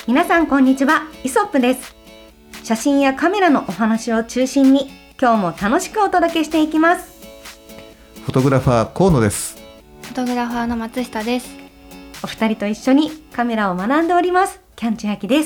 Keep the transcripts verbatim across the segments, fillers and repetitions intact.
皆さんこんにちは、イソップです。写真やカメラのお話を中心に今日も楽しくお届けしていきます。 フォトグラファー河野です。 フォトグラファーの松下です。 お二人と一緒にカメラを学んでおりますキャン千秋です。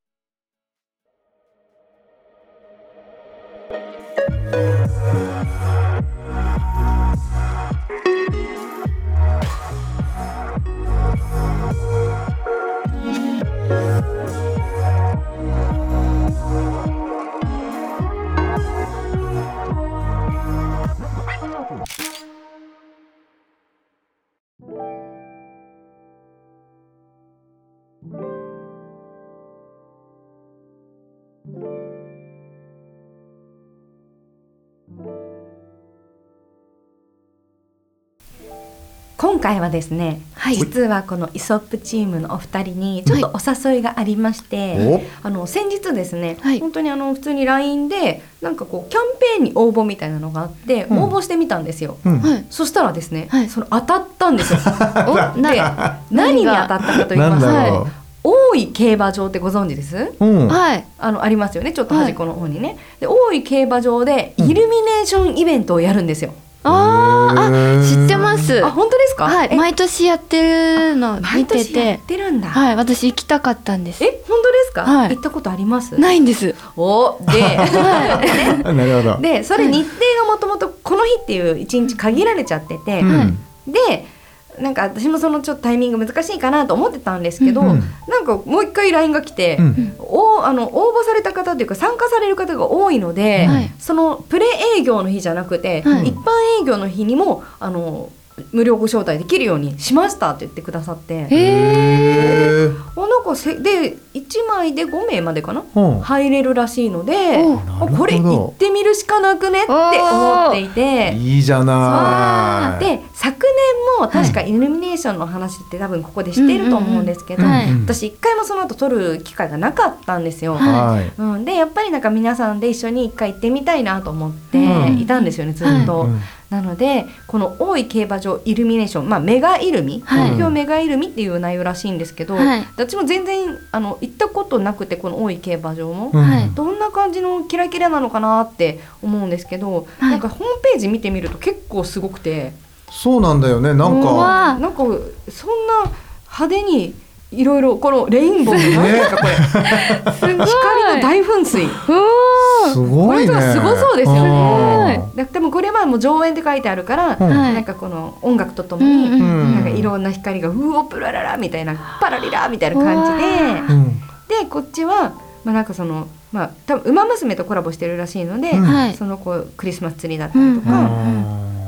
今回はですね、はい、実はこのイソップチームのお二人にちょっとお誘いがありまして、はい、あの先日ですね、はい、本当にあの普通に ライン でなんかこうキャンペーンに応募みたいなのがあって、うん、応募してみたんですよ、うん、そしたらですね、はい、その当たったんですよおで何に当たったかと言いますと、大井競馬場ってご存知です、うん、あのありますよね、ちょっと端っこの方にね、はい、で大井競馬場でイルミネーションイベントをやるんですよ。 ああ、知ってます。 あ、本当ですか？ はい、毎年やってるの見てて、毎年やってるんだ。 はい、私行きたかったんです。 え、本当ですか？ はい、 行ったことあります？ ないんです。 お、で、 はい、なるほど。 で、それ日程がもともとこの日っていう一日限られちゃってて、うん、で。なんか私もそのちょっとタイミング難しいかなと思ってたんですけど、うん、なんかもう一回 ライン が来て、うん、おあの応募された方というか参加される方が多いので、はい、そのプレ営業の日じゃなくて、はい、一般営業の日にもあの無料ご招待できるようにしましたって言ってくださって、へー、あなんかせでいちまいでごめいまでかな、うん、入れるらしいので、これ行ってみるしかなくねって思っていて、 いいじゃない。 で昨年も確かイルミネーションの話って多分ここでしていると思うんですけど、私一回もその後撮る機会がなかったんですよ、はいうん、でやっぱりなんか皆さんで一緒に一回行ってみたいなと思っていたんですよね、ずっと、はいうん、なのでこの大井競馬場イルミネーション、まあ、メガイルミ、はい、東京メガイルミっていう内容らしいんですけど、はい、私も全然あの行ったことなくて、この大井競馬場も、はい、どんな感じのキラキラなのかなって思うんですけど、はい、なんかホームページ見てみると結構すごくて、 そうなんだよね、なんかなんかそんな派手にいろいろこのレインボーの何ですかこれすごい光の大噴水すごいね、 これとかすごそうですよね。でもこれはもう上演って書いてあるから、うん、なんかこの音楽とともに、うん、なんかいろんな光がうおプラララみたいなパラリラみたいな感じで、うん、でこっちは、まあ、なんかそのまあ多分馬娘とコラボしてるらしいので、うん、そのこうクリスマスツリーだったりとか、うん、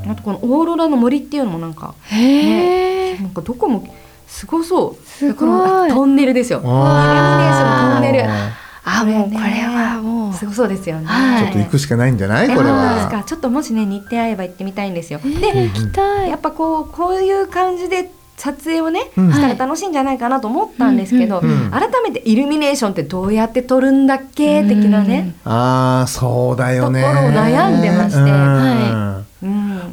あとこのオーロラの森っていうのもなんか、ね、なんかどこもすごそう。 すごい。 このトンネルですよ。イルミネーションのトンネル。 あ、もうこれはもうすごそうですよね。 ちょっと行くしかないんじゃない？これは。 ですか。ちょっともしね日程合えば行ってみたいんですよ。 えー、で、行きたい。 やっぱこうこういう感じで撮影をね、うん、したら楽しいんじゃないかなと思ったんですけど、うんうんうん、改めてイルミネーションってどうやって撮るんだっけ、うん、的なね。 ああ、そうだよね。 ところを悩んでまして、はい。うん、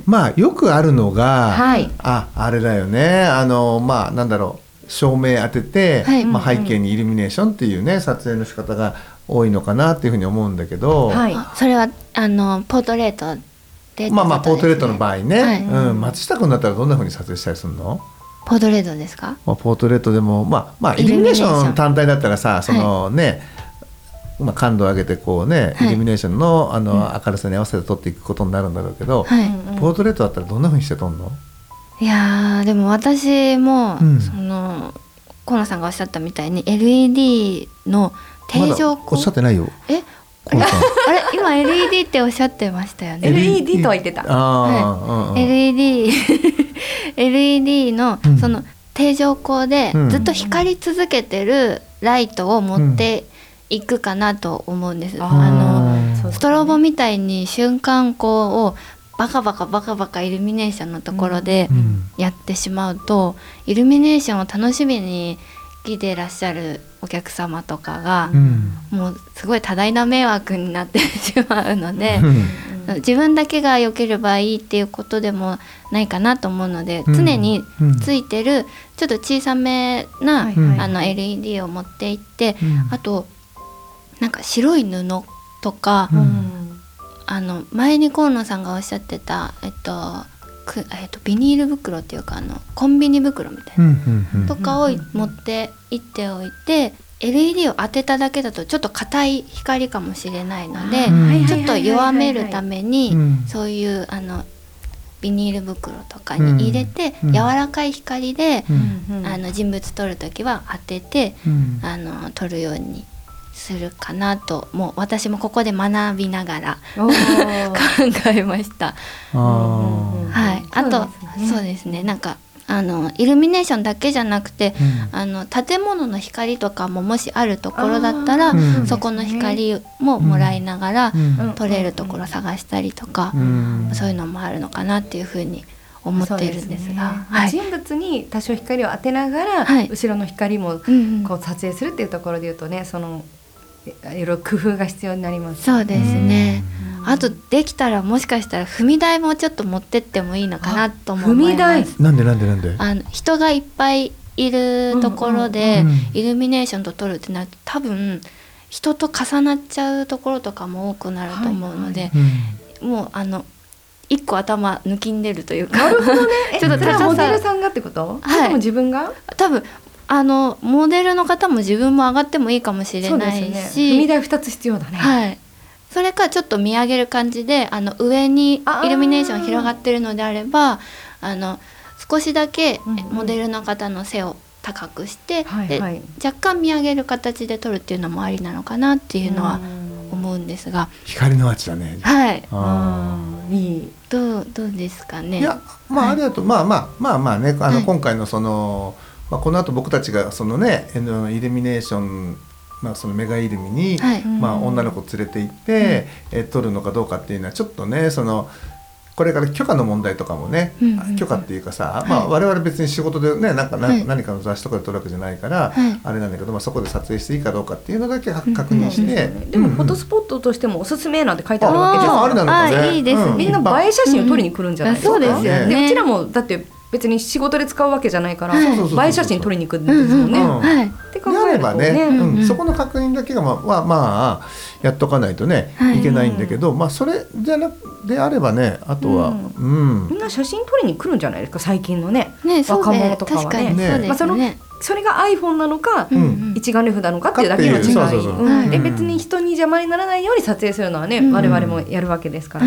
まあよくあるのが、 はい、 ああれだよね。あのまあなんだろう。照明当てて、はいまあ、背景にイルミネーションっていうね撮影の仕方が多いのかなっていうふうに思うんだけど、 はい、それはあのポートレートで、 まあまあポートレートの場合ね、はいうん、松下君だったらどんなふうに撮影したりするの？ ポートレートですか？ まあ、ポートレートでもまあまあイルミネーション単体だったらさそのね、はいまあ、感度を上げてこうね、はい、イルミネーション の, あの明るさに合わせて撮っていくことになるんだろうけど、はい、ポートレートだったらどんなふうにして撮るの？ いやでも私も、うん、その河野さんがおっしゃったみたいに エルイーディー の定常光、 ま、おっしゃってないよ。 えあれ今 エルイーディー っておっしゃってましたよね。 エルイーディー とは言ってた。 はい、エルイーディー エルイーディー のその定常光でずっと光り続けてるライトを持っていくかなと思うんです。うん、あのストロボみたいに瞬間光をバカバカバカバカイルミネーションのところでやってしまうと、うん、イルミネーションを楽しみに来てらっしゃるお客様とかが、うん、もうすごい多大な迷惑になってしまうので、 自分だけが良ければいいっていうことでもないかなと思うので、うん、常についてるちょっと小さめな、うん、あの エルイーディー を持っていって、うん、あとなんか白い布とか、うん、あの前に河野さんがおっしゃってた、えっとくえっと、ビニール袋っていうかあのコンビニ袋みたいな、うんうんうん、とかを持って行っておいて、エルイーディー を当てただけだとちょっと硬い光かもしれないので、うん、ちょっと弱めるために、うん、そういうあのビニール袋とかに入れて、うん、柔らかい光で、うん、あの人物撮るときは当てて、うん、あの撮るようにするかなと、もう私もここで学びながら考えました。あ、はい、あとそうですね、なんかあのイルミネーションだけじゃなくて、うん、あの建物の光とかももしあるところだったら、そこの光ももらいながら、うん、撮れるところ探したりとか、うん、そういうのもあるのかなっていうふうに思っているんですが、ね、 はい、人物に多少光を当てながら、はい、後ろの光もこう撮影するっていうところでいうとね、そのいろいろ工夫が必要になります、ね、 そうですね。あとできたらもしかしたら踏み台もちょっと持ってってもいいのかなとも思います。踏み台なんでなんでなんであの人がいっぱいいるところでイルミネーションと撮るってなると、多分人と重なっちゃうところとかも多くなると思うので、はいはい、もうあの一個頭抜きんでるというか。 なるほどね。ちょっと高さモデルさんがってこと？はい。も自分が？ 多分あのモデルの方も自分も上がってもいいかもしれないし、ね、 踏み台ふたつ必要だね。 はい。それかちょっと見上げる感じで、あの上にイルミネーション広がってるのであれば、あの少しだけモデルの方の背を高くして、うんうん、で、はいはい、若干見上げる形で撮るっていうのもありなのかなっていうのは思うんですが、 光のアーチだね。 はい。 あいい。どうどうですかね。 いや、まあ、はい、あれだとまあまあまあまあね、あの、はい、今回のその、まあ、この後僕たちがそのねイルミネーション、まあ、そのメガイルミに、はい、まあ、女の子連れて行って、うん、え撮るのかどうかっていうのはちょっとね、そのこれから許可の問題とかもね、うんうんうん、許可っていうかさ、はい、まあ、我々別に仕事でねなんかな、はい、何かの雑誌とかで撮るわけじゃないから、はい、あれなんだけど、まあ、そこで撮影していいかどうかっていうのだけ確認して、うんうん、 でもフォトスポットとしてもおすすめなんて書いてあるわけですよ。 あれなのかね。 あ、いいですね、 うん、みんな映え写真を撮りに来るんじゃないですか、 うん、そうですよね。 でうちらもだって別に仕事で使うわけじゃないから、はい、映え写真撮りに行くんですもんね。って考えればね、 うんうん、そこの確認だけがまあ、まあ、やっとかないとね、はい、いけないんだけど、まあ、それじゃなであればね、あとは、うんうん、みんな写真撮りに来るんじゃないですか、最近の ね, ね若者とかはね。ね、まあ、そのそれが iPhone なのか、うん、一眼レフなのかっていうだけの違いで、別に人に邪魔にならないように撮影するのはね、うん、我々もやるわけですから、うん、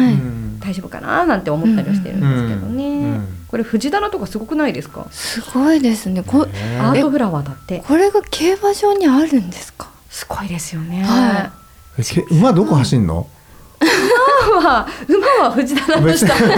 大丈夫かななんて思ったりはしてるんですけどね、うんうん、これ藤棚とかすごくないですか？ すごいですね。こアートフラワーだって。 これが競馬場にあるんですか？ すごいですよね、 はい、 馬どこ走んの？ 馬は馬は藤棚の下来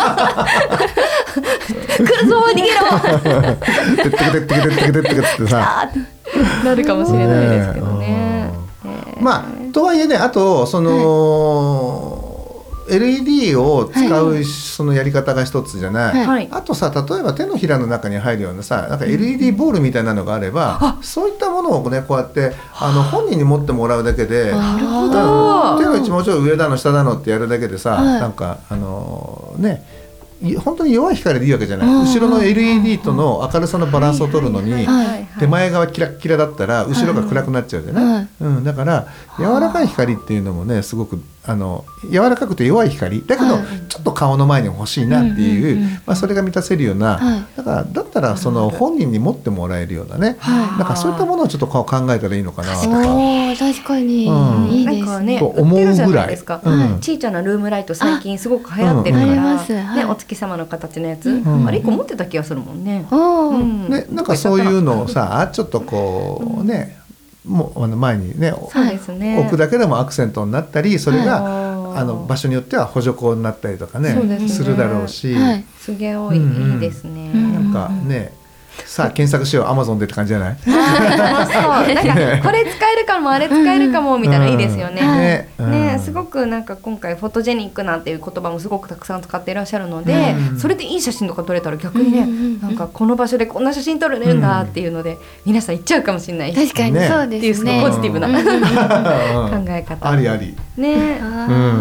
るぞ逃げろてってけてってけてってけてってけってさなるかもしれないですけどね。 えー、まあとはいえね、あとその、はい、エルイーディー を使うそのやり方が一つじゃない、はい、あとさ、例えば手のひらの中に入るようなさ、なんか エルイーディー ボールみたいなのがあれば、うん、そういったものをねこうやってあの本人に持ってもらうだけで、 なるほど、 手の位置もうちょい上だの下だのってやるだけでさ、はい、なんかあのー、ね本当に弱い光でいいわけじゃない。後ろの エルイーディー との明るさのバランスを取るのに手前側キラッキラだったら後ろが暗くなっちゃうじゃない、うん、だから柔らかい光っていうのもねすごくあの柔らかくて弱い光だけどちょっと顔の前に欲しいなっていう、まあ、それが満たせるような、だからだったらその本人に持ってもらえるようなね、なんかそういったものをちょっと考えたらいいのかなとか。 確かに、うん、いいですね。なんかね、 と思うぐらい、 うん、ちいちゃなルームライト最近すごく流行ってるから、うんね、お月様の形のやつ、うん、あれいっこ持ってた気がするもんね、 うんね、なんかそういうのをさちょっとこうね、もうあの前に ね, そうですね置くだけでもアクセントになったり、それが、はい、あの場所によっては補助光になったりとか ね, ねするだろうし、 はい、すげえ多い、うんうん、いいですね、 うん、なんかね、さあ検索しよう Amazon でって感じじゃない？ 楽しそう。なんかこれ使えるかもあれ使えるかもみたいな、いいですよね、うんねうんね、すごくなんか今回フォトジェニックなんていう言葉もすごくたくさん使っていらっしゃるので、うん、それでいい写真とか撮れたら逆にね、うん、なんかこの場所でこんな写真撮れるんだっていうので、うん、皆さん行っちゃうかもしれない。 確かにそうですね。 っていうポジティブな、うん、考え方ありありね、うん、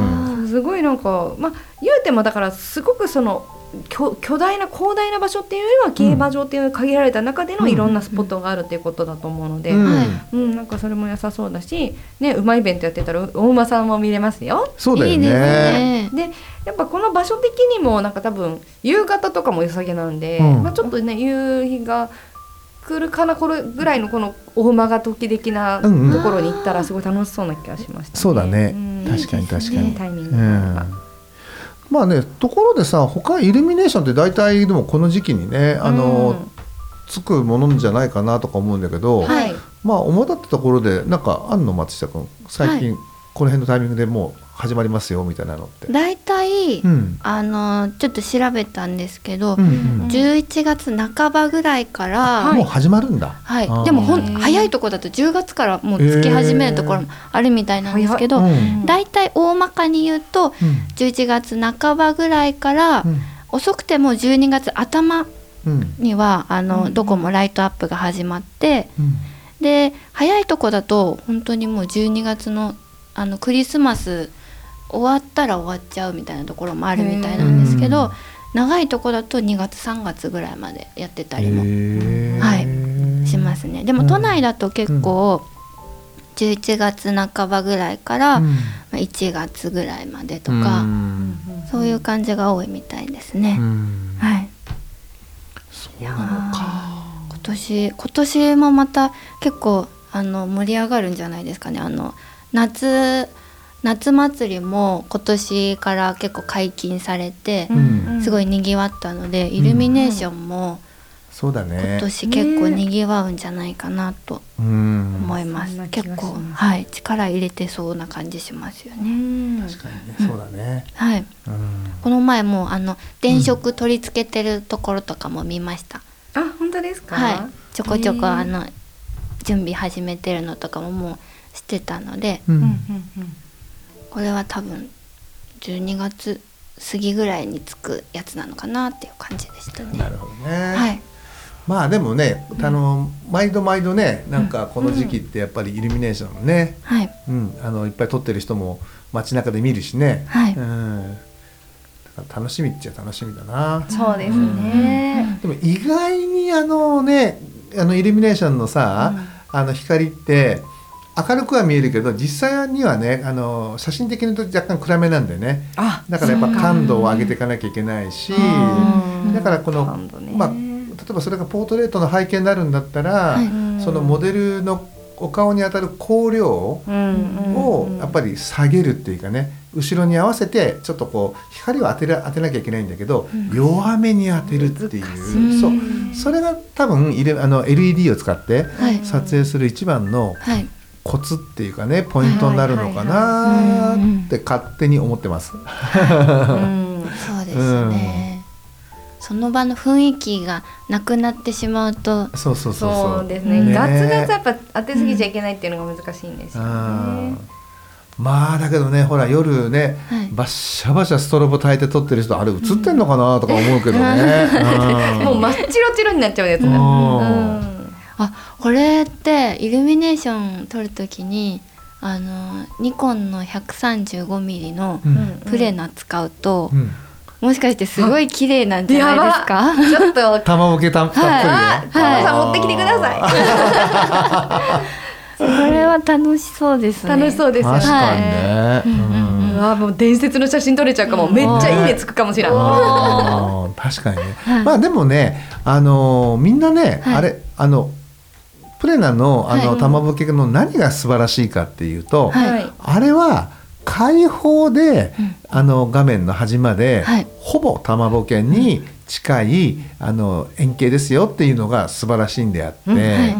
すごいなんか、まあ、言うてもだからすごくその巨, 巨大な広大な場所っていうよりは競馬場っていう限られた中でのいろんなスポットがあるっていうことだと思うので、うんうん、なんかそれも良さそうだし、ね、馬イベントやってたらお馬さんも見れますよ。 そうだよね。 いいですね。でやっぱこの場所的にもなんか多分夕方とかも良さげなんで、うん、まあ、ちょっとね夕日が来るかなこれぐらいのこのお馬が時的なところに行ったらすごい楽しそうな気がしましたね。 そうだね、うん、確かに確かに、 タイミングが、 うんまあね、ところでさ、他イルミネーションって大体でもこの時期にね、あの、うん、つくものじゃないかなとか思うんだけど、はい、まあ主だったところでなんかあんの、松下君最近、はい、この辺のタイミングでもう始まりますよみたいなのって。 大体、うん、あのちょっと調べたんですけど、うんうん、じゅういちがつなかばぐらいから、 はい、もう始まるんだ。 はい、でもほん早いところだとじゅうがつからもうつき始めるところもあるみたいなんですけど、大体大まかに言うと、うん、じゅういちがつなかばぐらいから、うん、遅くてもじゅうにがつあたまには、うん、あのどこもライトアップが始まって、うん、で早いとこだと本当にもうじゅうにがつのあのクリスマス終わったら終わっちゃうみたいなところもあるみたいなんですけど、長いとこだとにがつさんがつぐらいまでやってたりも、はい、しますね。でも都内だと結構じゅういちがつなかばぐらいからいちがつぐらいまでとか、そういう感じが多いみたいですね。はい、 そうなのか。 今年今年もまた結構あの盛り上がるんじゃないですかね。あの夏夏祭りも今年から結構解禁されて、うん、すごいにぎわったので、イルミネーションも今年結構にぎわうんじゃないかなと思います。うん、結構、はい、力入れてそうな感じしますよね。 確かにね、そうだね。 はい。うん、この前もあの電飾取り付けてるところとかも見ました。 うん、あ、本当ですか？ はい。ちょこちょこあの準備始めてるのとかももうしてたので。うんうんうん、これは多分じゅうにがつ過ぎぐらいにつくやつなのかなっていう感じでしたね。 なるほどね。 はい。 まあでもね、あの毎度毎度ね、なんかこの時期ってやっぱりイルミネーションね、うん、うん、あのいっぱい撮ってる人も街中で見るしね。はい。うん、だから楽しみっちゃ楽しみだな。 そうですね。 でも意外にあのね、あのイルミネーションのさ、うん、あの光って明るくは見えるけど実際にはね、あの写真的に言うと若干暗めなんでね。だからやっぱ感度を上げていかなきゃいけないし、だからこの、まあ、例えばそれがポートレートの背景になるんだったら、はい、そのモデルのお顔に当たる光量をやっぱり下げるっていうかね、後ろに合わせてちょっとこう光を当てる当てなきゃいけないんだけど、うん、弱めに当てるっていう、そう、それが多分あの エルイーディー を使って撮影する一番の、はい、コツっていうかね、ポイントになるのかなって勝手に思ってます。 そうですね、うん、その場の雰囲気がなくなってしまうと、 そうそうそうそう、 そうですね、ね、ガツガツやっぱ当てすぎちゃいけないっていうのが難しいんですよね、うん、 まあだけどね、ほら夜ね、はい、バッシャバシャストロボ焚いて撮ってる人、あれ映ってんのかなとか思うけどね、 うん、もう真っ白白になっちゃうやつだ、うん、 あ、これってイルミネーション撮るときにあのニコンの ひゃくさんじゅうごミリ のプレナ使うと、うんうん、もしかしてすごい綺麗なんじゃないですか？ ちょっと玉ボケたっぷりで、 はい、さん持ってきてください。 それは楽しそうですね。 楽しそうですよね。 確かにね、 うんうん、うわ、もう伝説の写真撮れちゃうかも、うん、めっちゃいいねつくかもしれない。 確かにね、はい、まあでもね、あのー、みんなね、はい、あれあのプレナのあの玉ボケの何が素晴らしいかっていうと、はい、あれは開放で、うん、あの画面の端まで、はい、ほぼ玉ボケに近いあの円形ですよっていうのが素晴らしいんであって、うん、はい、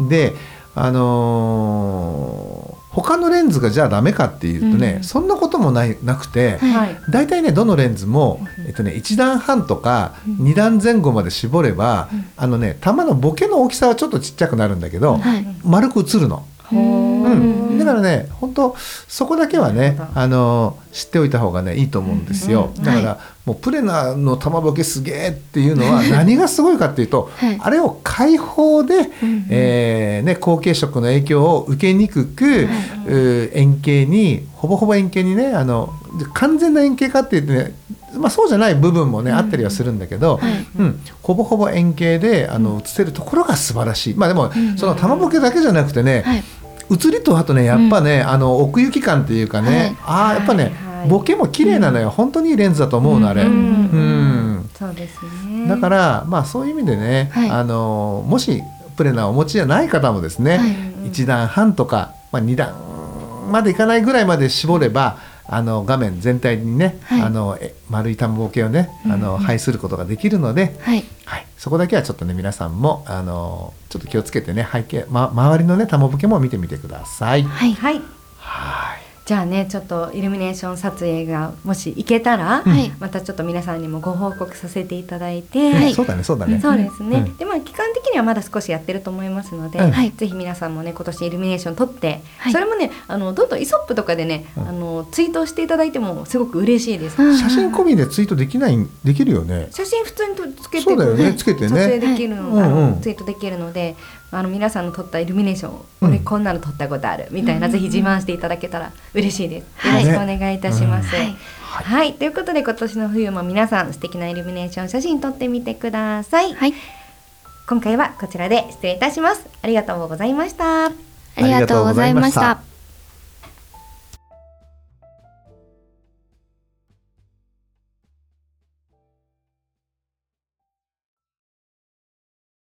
で、あのー、他のレンズがじゃあダメかっていうとね、うん、そんなこともないなくて、はい、だいたいねどのレンズも、えっとね、いちだんはんとかにだんぜん後まで絞れば、うん、あのね、玉のボケの大きさはちょっとちっちゃくなるんだけど、はい、丸く映るの。うん、 うん、だからね本当そこだけはねあの知っておいた方がねいいと思うんですよ、うんうん、だから、はい、もうプレナの玉ボケすげえっていうのは何がすごいかっていうと、はい、あれを開放で、うんうんえーね、後継色の影響を受けにくく、はい、円形にほぼほぼ円形にねあの完全な円形かって言ってねまあ、そうじゃない部分もね、うん、あったりはするんだけど、はいうん、ほぼほぼ円形であの映せるところが素晴らしい、まあ、でも、うん、その玉ボケだけじゃなくてね、はい、映りとあとねやっぱね、うん、あの奥行き感っていうかね、はい、あやっぱね、はい、ボケも綺麗なのよ、うん、本当にいいレンズだと思うのあれ、うんうんそうですね、 だから、まあ、そういう意味でね、はい、あのもしプレナをお持ちじゃない方もですね、はい、いちだんはんとか、まあ、にだんまでいかないぐらいまで絞ればあの画面全体にね、はい、あの丸い玉ボケをね、うんうん、あの配することができるので、はいはい、そこだけはちょっとね皆さんもあのちょっと気をつけてね背景、ま、周りのね玉ボケも見てみてください。 はい、はいはいじゃあねちょっとイルミネーション撮影がもし行けたら、はい、またちょっと皆さんにもご報告させていただいて、 はい、そうだねそうだねそうですね、うん、でまあ期間的にはまだ少しやってると思いますので、うん、ぜひ皆さんもね今年イルミネーション撮って、はい、それもねあのどんどんイソップとかでね、うん、あのツイートしていただいてもすごく嬉しいです。 写真込みでツイートできないできるよね。 写真普通につけてそうだよねつけてね撮影できるの、はい、あのツイートできるのであの皆さんの撮ったイルミネーション、うん、俺こんなの撮ったことあるみたいな、うん、ぜひ自慢していただけたら嬉しいです、はい、よろしくお願いいたします、はい、はいはい、ということで今年の冬も皆さん素敵なイルミネーション写真撮ってみてください、はい、今回はこちらで失礼いたします。ありがとうございました。 ありがとうございました。